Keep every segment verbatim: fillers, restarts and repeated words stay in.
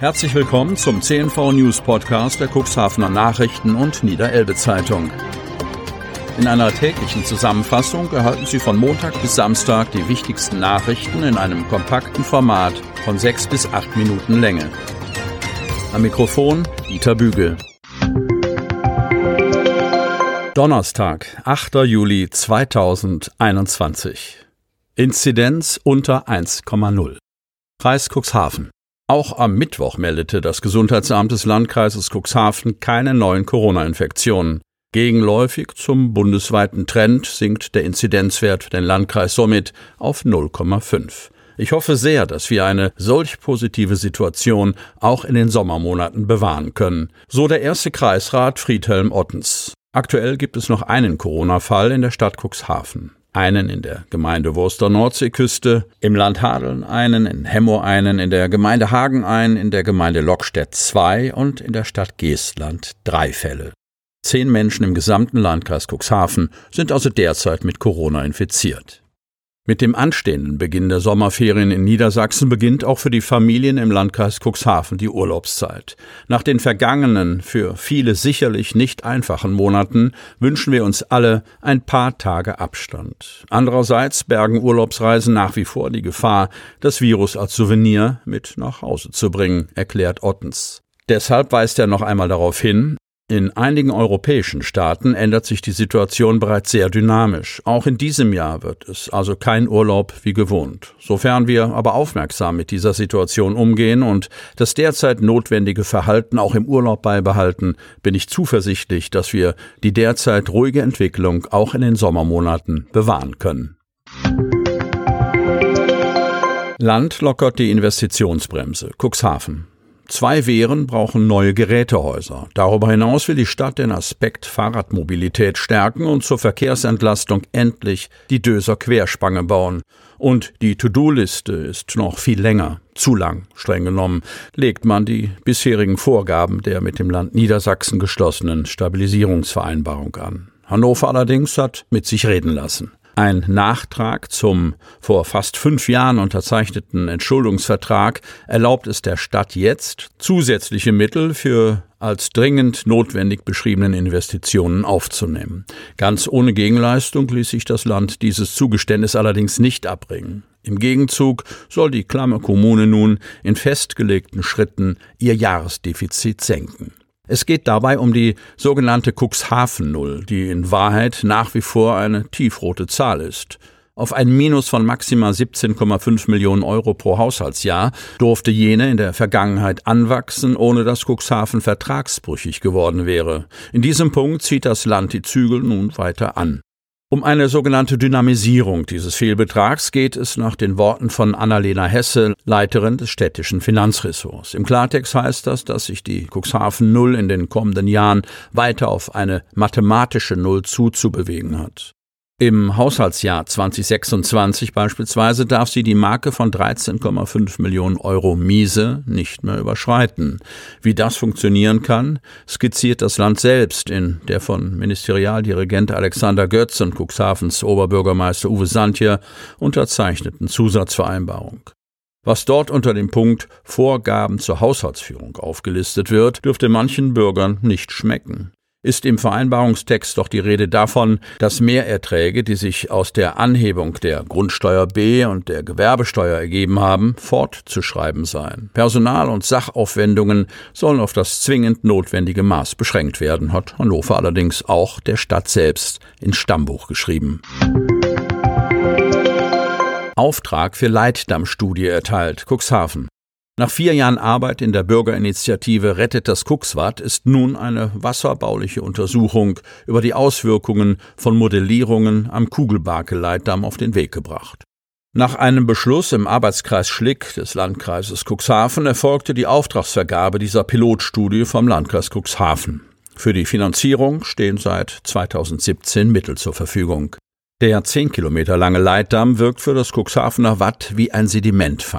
Herzlich willkommen zum C N V News Podcast der Cuxhavener Nachrichten und Niederelbe Zeitung. In einer täglichen Zusammenfassung erhalten Sie von Montag bis Samstag die wichtigsten Nachrichten in einem kompakten Format von sechs bis acht Minuten Länge. Am Mikrofon Dieter Bügel. Donnerstag, achter Juli zweitausendeinundzwanzig. Inzidenz unter eins Komma null. Kreis Cuxhaven. Auch am Mittwoch meldete das Gesundheitsamt des Landkreises Cuxhaven keine neuen Corona-Infektionen. Gegenläufig zum bundesweiten Trend sinkt der Inzidenzwert für den Landkreis somit auf null Komma fünf. Ich hoffe sehr, dass wir eine solch positive Situation auch in den Sommermonaten bewahren können, so der erste Kreisrat Friedhelm Ottens. Aktuell gibt es noch einen Corona-Fall in der Stadt Cuxhaven. Einen in der Gemeinde Wurster Nordseeküste, im Land Hadeln einen, in Hemmoor einen, in der Gemeinde Hagen einen, in der Gemeinde Lockstedt zwei und in der Stadt Geestland drei Fälle. Zehn Menschen im gesamten Landkreis Cuxhaven sind also derzeit mit Corona infiziert. Mit dem anstehenden Beginn der Sommerferien in Niedersachsen beginnt auch für die Familien im Landkreis Cuxhaven die Urlaubszeit. Nach den vergangenen, für viele sicherlich nicht einfachen Monaten wünschen wir uns alle ein paar Tage Abstand. Andererseits bergen Urlaubsreisen nach wie vor die Gefahr, das Virus als Souvenir mit nach Hause zu bringen, erklärt Ottens. Deshalb weist er noch einmal darauf hin, in einigen europäischen Staaten ändert sich die Situation bereits sehr dynamisch. Auch in diesem Jahr wird es also kein Urlaub wie gewohnt. Sofern wir aber aufmerksam mit dieser Situation umgehen und das derzeit notwendige Verhalten auch im Urlaub beibehalten, bin ich zuversichtlich, dass wir die derzeit ruhige Entwicklung auch in den Sommermonaten bewahren können. Land lockert die Investitionsbremse. Cuxhaven. Zwei Wehren brauchen neue Gerätehäuser. Darüber hinaus will die Stadt den Aspekt Fahrradmobilität stärken und zur Verkehrsentlastung endlich die Döser Querspange bauen. Und die To-Do-Liste ist noch viel länger. Zu lang, streng genommen, legt man die bisherigen Vorgaben der mit dem Land Niedersachsen geschlossenen Stabilisierungsvereinbarung an. Hannover allerdings hat mit sich reden lassen. Ein Nachtrag zum vor fast fünf Jahren unterzeichneten Entschuldungsvertrag erlaubt es der Stadt jetzt, zusätzliche Mittel für als dringend notwendig beschriebenen Investitionen aufzunehmen. Ganz ohne Gegenleistung ließ sich das Land dieses Zugeständnis allerdings nicht abbringen. Im Gegenzug soll die klamme Kommune nun in festgelegten Schritten ihr Jahresdefizit senken. Es geht dabei um die sogenannte Cuxhaven-Null, die in Wahrheit nach wie vor eine tiefrote Zahl ist. Auf ein Minus von maximal siebzehn Komma fünf Millionen Euro pro Haushaltsjahr durfte jene in der Vergangenheit anwachsen, ohne dass Cuxhaven vertragsbrüchig geworden wäre. In diesem Punkt zieht das Land die Zügel nun weiter an. Um eine sogenannte Dynamisierung dieses Fehlbetrags geht es nach den Worten von Annalena Hesse, Leiterin des städtischen Finanzressorts. Im Klartext heißt das, dass sich die Cuxhaven Null in den kommenden Jahren weiter auf eine mathematische Null zuzubewegen hat. Im Haushaltsjahr zwanzig sechsundzwanzig beispielsweise darf sie die Marke von dreizehn Komma fünf Millionen Euro Miese nicht mehr überschreiten. Wie das funktionieren kann, skizziert das Land selbst in der von Ministerialdirigent Alexander Götz und Cuxhavens Oberbürgermeister Uwe Santjer unterzeichneten Zusatzvereinbarung. Was dort unter dem Punkt Vorgaben zur Haushaltsführung aufgelistet wird, dürfte manchen Bürgern nicht schmecken. Ist im Vereinbarungstext doch die Rede davon, dass Mehrerträge, die sich aus der Anhebung der Grundsteuer B und der Gewerbesteuer ergeben haben, fortzuschreiben seien. Personal- und Sachaufwendungen sollen auf das zwingend notwendige Maß beschränkt werden, hat Hannover allerdings auch der Stadt selbst ins Stammbuch geschrieben. Auftrag für Leitdammstudie erteilt, Cuxhaven. Nach vier Jahren Arbeit in der Bürgerinitiative Rettet das Cuxwad ist nun eine wasserbauliche Untersuchung über die Auswirkungen von Modellierungen am Kugelbarke-Leitdamm auf den Weg gebracht. Nach einem Beschluss im Arbeitskreis Schlick des Landkreises Cuxhaven erfolgte die Auftragsvergabe dieser Pilotstudie vom Landkreis Cuxhaven. Für die Finanzierung stehen seit zweitausendsiebzehn Mittel zur Verfügung. Der zehn Kilometer lange Leitdamm wirkt für das Cuxhavener Watt wie ein Sedimentfang.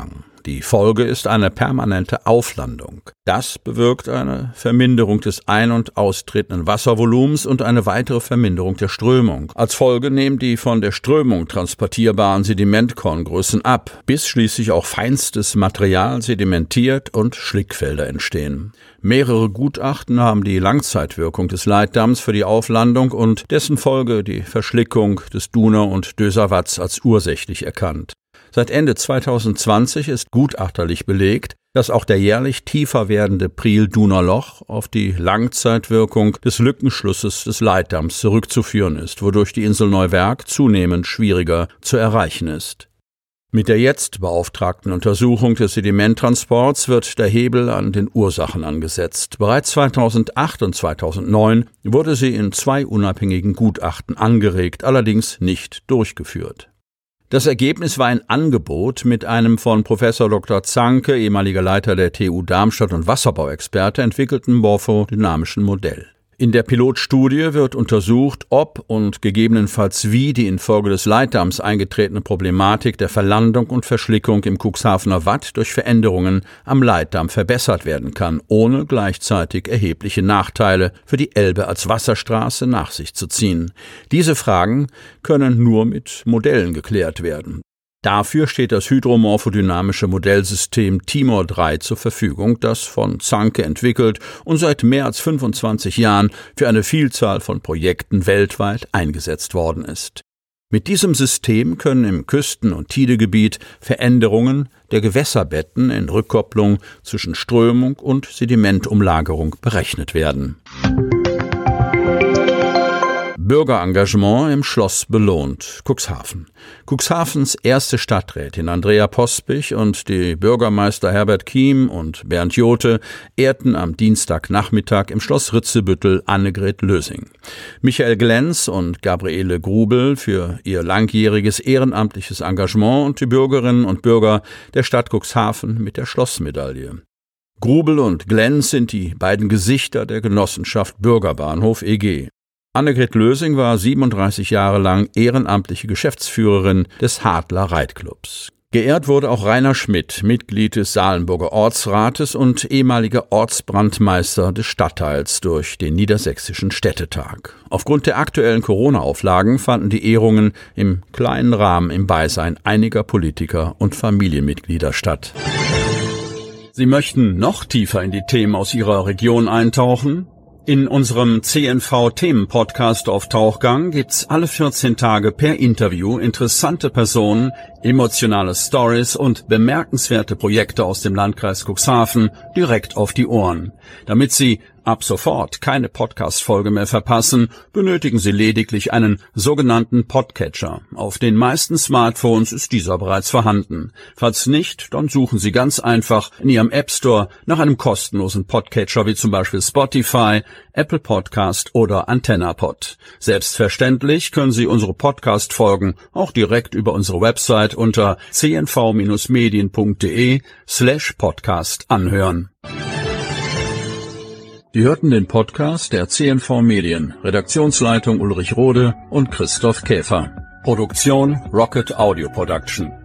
Die Folge ist eine permanente Auflandung. Das bewirkt eine Verminderung des ein- und austretenden Wasservolumens und eine weitere Verminderung der Strömung. Als Folge nehmen die von der Strömung transportierbaren Sedimentkorngrößen ab, bis schließlich auch feinstes Material sedimentiert und Schlickfelder entstehen. Mehrere Gutachten haben die Langzeitwirkung des Leitdamms für die Auflandung und dessen Folge die Verschlickung des Duner- und Döser-Watts als ursächlich erkannt. Seit Ende zweitausendzwanzig ist gutachterlich belegt, dass auch der jährlich tiefer werdende Priel-Duner-Loch auf die Langzeitwirkung des Lückenschlusses des Leitdamms zurückzuführen ist, wodurch die Insel Neuwerk zunehmend schwieriger zu erreichen ist. Mit der jetzt beauftragten Untersuchung des Sedimenttransports wird der Hebel an den Ursachen angesetzt. Bereits zweitausendacht und zweitausendneun wurde sie in zwei unabhängigen Gutachten angeregt, allerdings nicht durchgeführt. Das Ergebnis war ein Angebot mit einem von Professor Doktor Zanke, ehemaliger Leiter der T U Darmstadt und Wasserbauexperte, entwickelten morphodynamischen Modell. In der Pilotstudie wird untersucht, ob und gegebenenfalls wie die infolge des Leitdamms eingetretene Problematik der Verlandung und Verschlickung im Cuxhavener Watt durch Veränderungen am Leitdamm verbessert werden kann, ohne gleichzeitig erhebliche Nachteile für die Elbe als Wasserstraße nach sich zu ziehen. Diese Fragen können nur mit Modellen geklärt werden. Dafür steht das hydromorphodynamische Modellsystem Timor drei zur Verfügung, das von Zanke entwickelt und seit mehr als fünfundzwanzig Jahren für eine Vielzahl von Projekten weltweit eingesetzt worden ist. Mit diesem System können im Küsten- und Tidegebiet Veränderungen der Gewässerbetten in Rückkopplung zwischen Strömung und Sedimentumlagerung berechnet werden. Bürgerengagement im Schloss belohnt. Cuxhaven. Cuxhavens erste Stadträtin Andrea Pospich und die Bürgermeister Herbert Kiem und Bernd Jothe ehrten am Dienstagnachmittag im Schloss Ritzebüttel Annegret Lösing. Michael Glenz und Gabriele Grubel für ihr langjähriges ehrenamtliches Engagement und die Bürgerinnen und Bürger der Stadt Cuxhaven mit der Schlossmedaille. Grubel und Glenz sind die beiden Gesichter der Genossenschaft Bürgerbahnhof E G. Annegret Lösing war siebenunddreißig Jahre lang ehrenamtliche Geschäftsführerin des Hadler Reitclubs. Geehrt wurde auch Rainer Schmidt, Mitglied des Salenburger Ortsrates und ehemaliger Ortsbrandmeister des Stadtteils durch den Niedersächsischen Städtetag. Aufgrund der aktuellen Corona-Auflagen fanden die Ehrungen im kleinen Rahmen im Beisein einiger Politiker und Familienmitglieder statt. Sie möchten noch tiefer in die Themen aus Ihrer Region eintauchen? In unserem C N V-Themen-Podcast auf Tauchgang gibt's alle vierzehn Tage per Interview interessante Personen, emotionale Stories und bemerkenswerte Projekte aus dem Landkreis Cuxhaven direkt auf die Ohren. Damit Sie ab sofort keine Podcast-Folge mehr verpassen, benötigen Sie lediglich einen sogenannten Podcatcher. Auf den meisten Smartphones ist dieser bereits vorhanden. Falls nicht, dann suchen Sie ganz einfach in Ihrem App Store nach einem kostenlosen Podcatcher wie zum Beispiel Spotify, Apple Podcast oder AntennaPod. Selbstverständlich können Sie unsere Podcast-Folgen auch direkt über unsere Website unter c n v Bindestrich medien punkt d e slash podcast anhören. Sie hörten den Podcast der C N V Medien, Redaktionsleitung Ulrich Rode und Christoph Käfer. Produktion Rocket Audio Production.